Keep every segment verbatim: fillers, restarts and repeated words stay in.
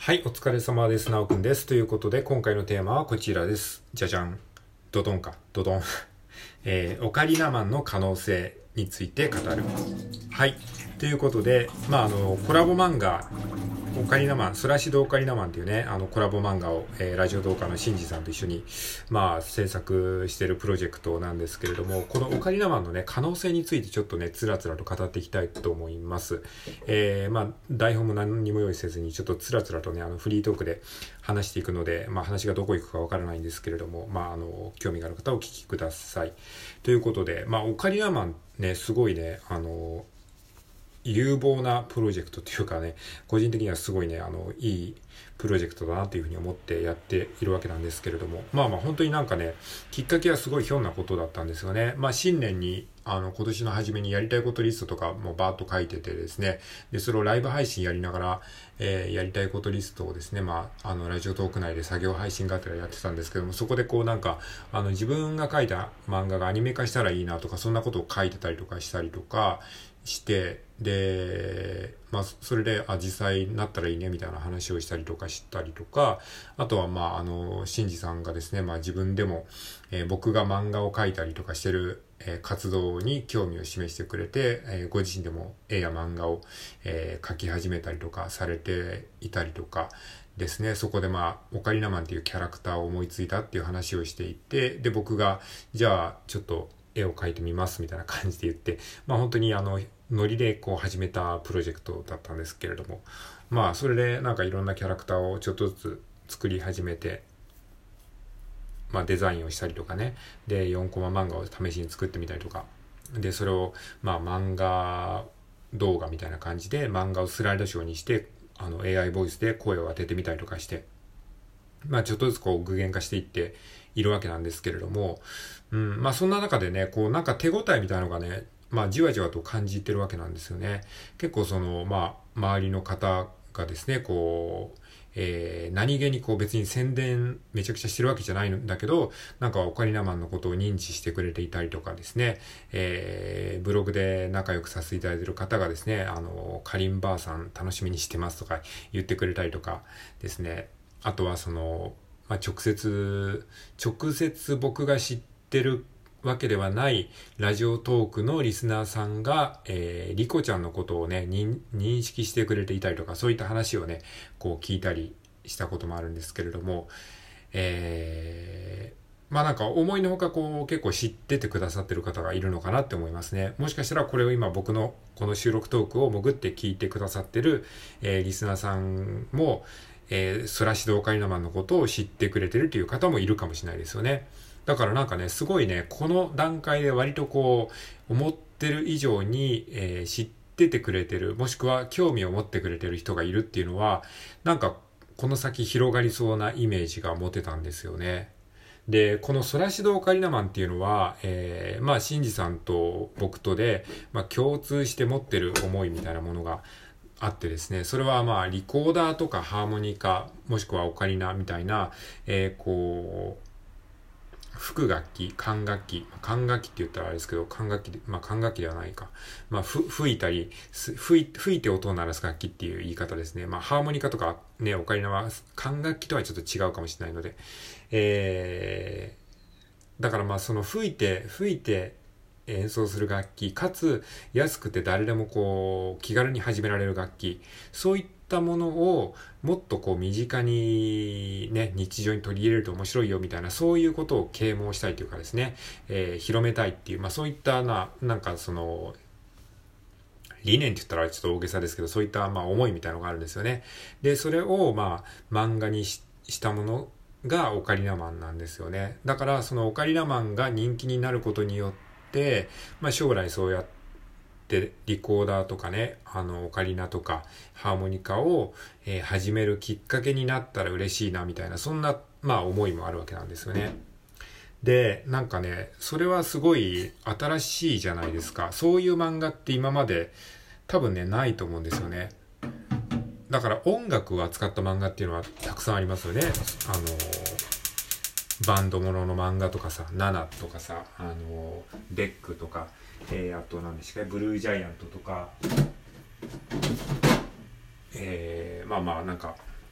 はい、お疲れ様です。なおくんです。ということで、今回のテーマはこちらです。じゃじゃん。ドドンか。ドドン。えー、オカリナマンの可能性について語る。はい。ということで、まあ、あの、コラボ漫画、オカリナマン、スラシドオカリナマンっていうね、あの、コラボ漫画を、えー、ラジオ動画のシンジさんと一緒に、まあ、制作してるプロジェクトなんですけれども、このオカリナマンのね、可能性についてちょっとね、つらつらと語っていきたいと思います。えー、まあ、台本も何にも用意せずに、ちょっとつらつらとね、あの、フリートークで話していくので、まあ、話がどこ行くかわからないんですけれども、まあ、あの、興味がある方はお聞きください。ということで、まあ、オカリナマンね、すごいね、あの、有望なプロジェクトというかね、個人的にはすごいね、あの、いいプロジェクトだなというふうに思ってやっているわけなんですけれども、まあまあ本当になんかね、きっかけはすごいひょんなことだったんですよね。まあ新年に、あの、今年の初めにやりたいことリストとかもバーッと書いててですね、で、それをライブ配信やりながら、えー、やりたいことリストをですね、まあ、あの、ラジオトーク内で作業配信がてらやってたんですけども、そこでこうなんか、あの、自分が書いた漫画がアニメ化したらいいなとか、そんなことを書いてたりとかしたりとかして、で、まあ、それで、あ、実際になったらいいね、みたいな話をしたりとかしたりとか、あとは、まあ、あの、シンジさんがですね、まあ、自分でも、えー、僕が漫画を描いたりとかしてる、えー、活動に興味を示してくれて、えー、ご自身でも絵や漫画を、えー、描き始めたりとかされていたりとかですね、そこでまあ、オカリナマンっていうキャラクターを思いついたっていう話をしていて、で、僕が、じゃあ、ちょっと絵を描いてみますみたいな感じで言って、まあ、本当にあの、ノリでこう始めたプロジェクトだったんですけれども、まあそれでなんかいろんなキャラクターをちょっとずつ作り始めて、まあデザインをしたりとかね、でよんコマ漫画を試しに作ってみたりとか、でそれをまあ漫画動画みたいな感じで漫画をスライドショーにして、あの エーアイ ボイスで声を当ててみたりとかして、まあちょっとずつこう具現化していっているわけなんですけれども、うん、まあそんな中でね、こうなんか手応えみたいなのがね、まあじわじわと感じてるわけなんですよね。結構その、まあ周りの方がですね、こう、えー、何気にこう別に宣伝めちゃくちゃしてるわけじゃないんだけど、なんかオカリナマンのことを認知してくれていたりとかですね、えー、ブログで仲良くさせていただいている方がですね、あの、かりんばあさん楽しみにしてますとか言ってくれたりとかですね、あとはその、まあ、直接、直接僕が知ってるわけではないラジオトークのリスナーさんが、えー、リコちゃんのことをね、認識してくれていたりとか、そういった話をね、こう聞いたりしたこともあるんですけれども、えー、まあなんか思いのほかこう結構知っててくださってる方がいるのかなって思いますね。もしかしたらこれを今僕のこの収録トークを潜って聞いてくださってる、えー、リスナーさんも、えー、スラシドオカリナマンのことを知ってくれてるという方もいるかもしれないですよね。だからなんかね、すごいね、この段階で割とこう、思ってる以上に、えー、知っててくれてる、もしくは興味を持ってくれてる人がいるっていうのは、なんかこの先広がりそうなイメージが持てたんですよね。で、このソラシドオカリナマンっていうのは、えー、まあ、シンジさんと僕とで、まあ、共通して持ってる思いみたいなものがあってですね、それはまあ、リコーダーとかハーモニカ、もしくはオカリナみたいな、えー、こう、副楽器、管楽器、管楽器って言ったらあれですけど、管楽器で、まあ管楽器ではないか。まあ、ふ、吹いたり、吹い、吹いて音を鳴らす楽器っていう言い方ですね。まあ、ハーモニカとかね、オカリナは管楽器とはちょっと違うかもしれないので、えー、だからまあその吹いて、吹いて演奏する楽器、かつ安くて誰でもこう気軽に始められる楽器、そういったものをもっとこう身近にね、日常に取り入れると面白いよみたいな、そういうことを啓蒙したいというかですね、えー、広めたいっていう、まあそういったな、なんかその、理念って言ったらちょっと大げさですけど、そういったまあ思いみたいなのがあるんですよね。で、それをまあ漫画にししたものがオカリナマンなんですよね。だからそのオカリナマンが人気になることによって、まあ将来そうやってリコーダーとかね、あのオカリナとかハーモニカを、えー、始めるきっかけになったら嬉しいなみたいな、そんなまあ思いもあるわけなんですよね。で、なんかね、それはすごい新しいじゃないですか。そういう漫画って今まで多分ね、ないと思うんですよね。だから音楽を扱った漫画っていうのはたくさんありますよね。あの、バンドものの漫画とかさ、ナナとかさ、あの、デックとか、えー、あと何ですか、ブルージャイアントとか、えー、まあまあなんか、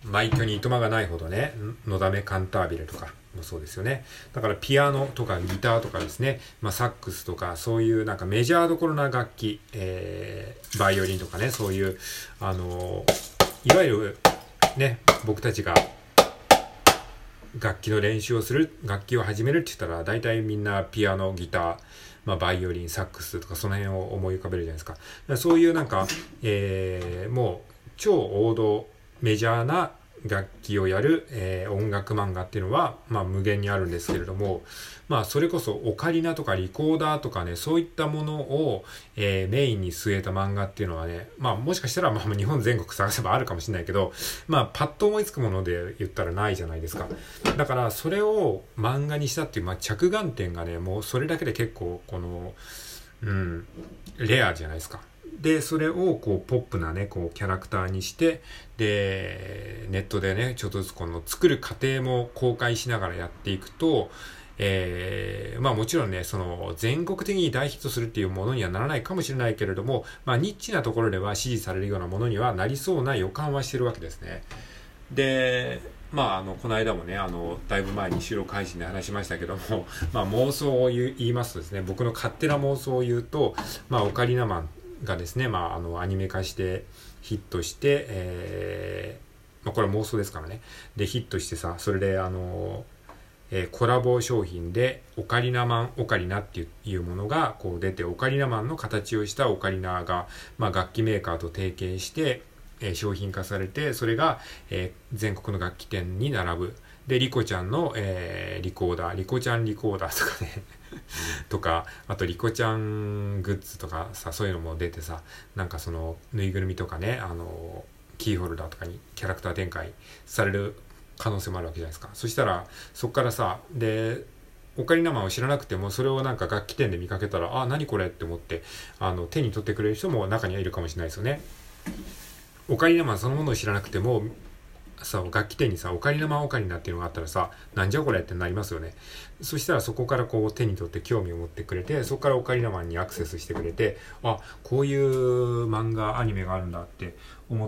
埋挙にいとまがないほどね、のだめカンタービレとかもそうですよね。だからピアノとかギターとかですね、まあ、サックスとかそういうなんかメジャーどころな楽器、えー、バイオリンとかね、そういうあのいわゆるね、僕たちが楽器の練習をする、楽器を始めるって言ったら大体みんなピアノ、ギター、まあ、バイオリン、サックスとかその辺を思い浮かべるじゃないですか。だからそういうなんか、えー、もう超王道メジャーな楽器をやる、えー、音楽漫画っていうのは、まあ、無限にあるんですけれども、まあ、それこそオカリナとかリコーダーとかね、そういったものを、えー、メインに据えた漫画っていうのはね、まあ、もしかしたら、まあ、日本全国探せばあるかもしれないけど、まあ、パッと思いつくもので言ったらないじゃないですか。だから、それを漫画にしたっていう、まあ、着眼点がね、もうそれだけで結構、この、うん、レアじゃないですか。で、それをこうポップなね、こうキャラクターにして、で、ネットでね、ちょっとずつこの作る過程も公開しながらやっていくと、えー、まあもちろんね、その全国的に大ヒットするっていうものにはならないかもしれないけれども、まあニッチなところでは支持されるようなものにはなりそうな予感はしてるわけですね。で、まあ、あの、この間もね、あの、だいぶ前に収録配信で話しましたけども、まあ妄想を言い、言いますとですね、僕の勝手な妄想を言うと、まあオカリナマンがですね、まあ、あのアニメ化してヒットして、えーまあ、これは妄想ですからね。でヒットしてさ、それであの、えー、コラボ商品でオカリナマンオカリナっていうものがこう出て、オカリナマンの形をしたオカリナが、まあ、楽器メーカーと提携して、えー、商品化されて、それが、えー、全国の楽器店に並ぶ。でリコちゃんの、えー、リコーダー、リコちゃんリコーダーとかねとか、あとリコちゃんグッズとかさ、そういうのも出てさ、なんかそのぬいぐるみとかね、あのキーホルダーとかにキャラクター展開される可能性もあるわけじゃないですか。そしたらそっからさ、でオカリナマンを知らなくてもそれをなんか楽器店で見かけたら、あ、何これって思ってあの手に取ってくれる人も中にはいるかもしれないですよね。オカリナマンそのものを知らなくてもさ、楽器店にさ、オカリナマンオカリナっていうのがあったらさ、なんじゃこれってなりますよね。そしたらそこからこう手に取って興味を持ってくれて、そこからオカリナマンにアクセスしてくれて、あ、こういう漫画アニメがあるんだって思って、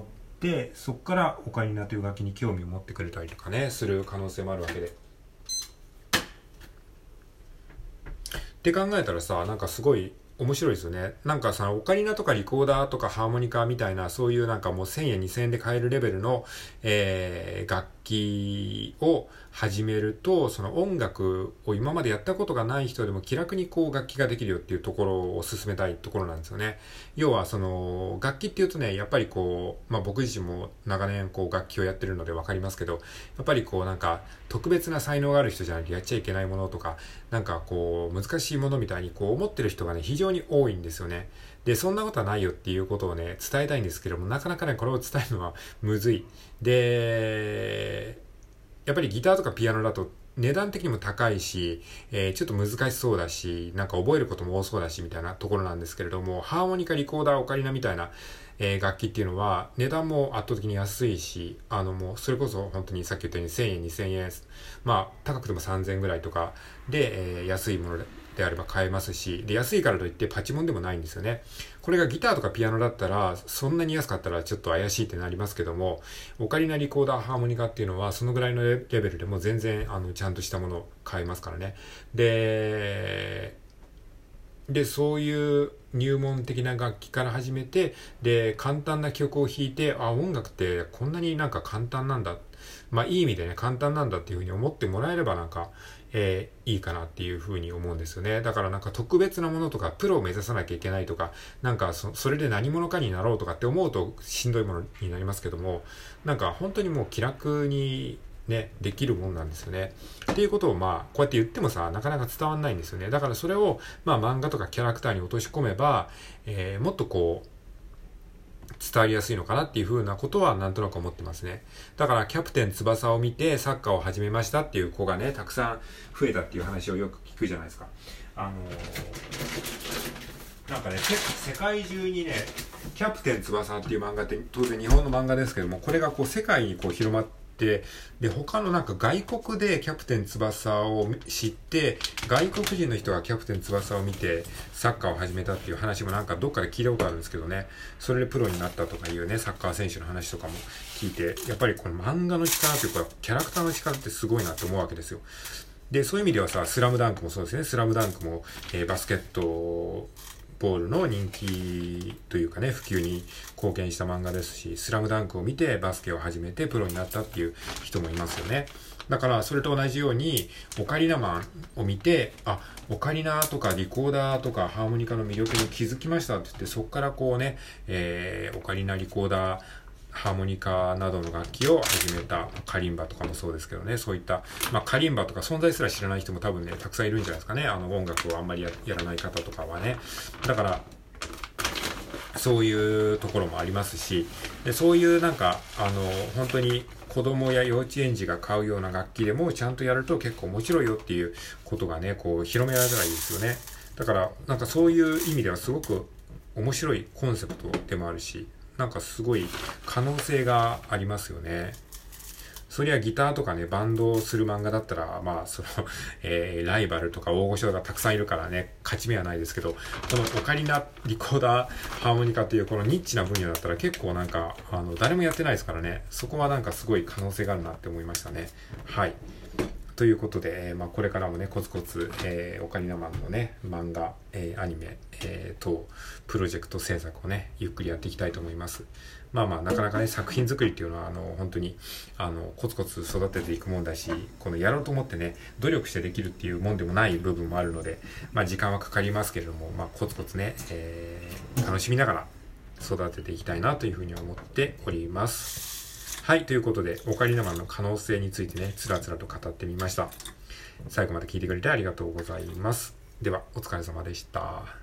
そこからオカリナという楽器に興味を持ってくれたりとかね、する可能性もあるわけで。って考えたらさ、なんかすごい面白いですよね。なんかさ、オカリナとかリコーダーとかハーモニカみたいな、そういうなんかもうせんえんにせんえんで買えるレベルの、えー、楽器を始めると、その音楽を今までやったことがない人でも気楽にこう楽器ができるよっていうところを進めたいところなんですよね。要はその楽器っていうとね、やっぱりこう、まあ僕自身も長年こう楽器をやってるのでわかりますけど、やっぱりこうなんか特別な才能がある人じゃないとやっちゃいけないものとか、なんかこう難しいものみたいにこう思ってる人がね、非常に多いんですよね。で、そんなことはないよっていうことをね、伝えたいんですけども、なかなかね、これを伝えるのはむずい。で、やっぱりギターとかピアノだと値段的にも高いし、えー、ちょっと難しそうだし、なんか覚えることも多そうだしみたいなところなんですけれども、ハーモニカ、リコーダー、オカリナみたいな、えー、楽器っていうのは値段も圧倒的に安いし、あのもうそれこそ本当にさっき言ったようにせんえん、にせんえん、まあ高くてもさんぜんえんぐらいとかで、えー、安いものでであれば買えますし、で安いからといってパチモンでもないんですよね。これがギターとかピアノだったらそんなに安かったらちょっと怪しいってなりますけども、オカリナ、リコーダー、ハーモニカっていうのはそのぐらいのレベルでも全然あのちゃんとしたものを買えますからね。ででそういう入門的な楽器から始めて、で簡単な曲を弾いて、あ、音楽ってこんなになんか簡単なんだ、まあいい意味でね簡単なんだっていうふうに思ってもらえればなんか、えー、いいかなっていうふうに思うんですよね。だからなんか特別なものとかプロを目指さなきゃいけないとか、なんか そ, それで何者かになろうとかって思うとしんどいものになりますけども、なんか本当にもう気楽にね、できるもんなんですよね。っていうことをまあこうやって言ってもさ、なかなか伝わんないんですよね。だからそれをまあ漫画とかキャラクターに落とし込めば、えー、もっとこう伝わりやすいのかなっていう風なことはなんとなく思ってますね。だからキャプテン翼を見てサッカーを始めましたっていう子がね、たくさん増えたっていう話をよく聞くじゃないですか。あのー、なんかね、世界中にね、キャプテン翼っていう漫画って当然日本の漫画ですけども、これがこう世界にこう広まってで、で、他のなんか外国でキャプテン翼を知って、外国人の人がキャプテン翼を見てサッカーを始めたっていう話もなんかどっかで聞いたことあるんですけどね、それでプロになったとかいうね、サッカー選手の話とかも聞いて、やっぱりこの漫画の力というか、キャラクターの力ってすごいなって思うわけですよ。で、そういう意味ではさ、スラムダンクもそうですね、スラムダンクも、えー、バスケット、ボールの人気というかね、普及に貢献した漫画ですし、スラムダンクを見てバスケを始めてプロになったっていう人もいますよね。だからそれと同じようにオカリナマンを見て、あ、オカリナとかリコーダーとかハーモニカの魅力に気づきましたって言って、そこからこうね、えー、オカリナ、リコーダー、ハーモニカなどの楽器を始めたカリンバとかもそうですけどね、そういった、まあカリンバとか存在すら知らない人も多分ね、たくさんいるんじゃないですかね。あの音楽をあんまり や, やらない方とかはね。だから、そういうところもありますし、でそういうなんか、あの、本当に子供や幼稚園児が買うような楽器でもちゃんとやると結構面白いよっていうことがね、こう広められたらいいですよね。だから、なんかそういう意味ではすごく面白いコンセプトでもあるし、なんかすごい可能性がありますよね。そりゃギターとかね、バンドをする漫画だったら、まあ、その、えー、ライバルとか大御所がたくさんいるからね、勝ち目はないですけど、このオカリナ、リコーダー、ハーモニカっていうこのニッチな分野だったら結構なんか、あの、誰もやってないですからね、そこはなんかすごい可能性があるなって思いましたね。はい。ということで、えーまあ、これからもね、コツコツ、えー、オカリナマンのね、漫画、えー、アニメ、えー、等、プロジェクト制作をね、ゆっくりやっていきたいと思います。まあまあ、なかなかね、作品作りっていうのは、あの、本当に、あの、コツコツ育てていくもんだし、このやろうと思ってね、努力してできるっていうもんでもない部分もあるので、まあ、時間はかかりますけれども、まあ、コツコツね、えー、楽しみながら育てていきたいなというふうに思っております。はい、ということで、オカリナマンの可能性についてね、つらつらと語ってみました。最後まで聞いてくれてありがとうございます。では、お疲れ様でした。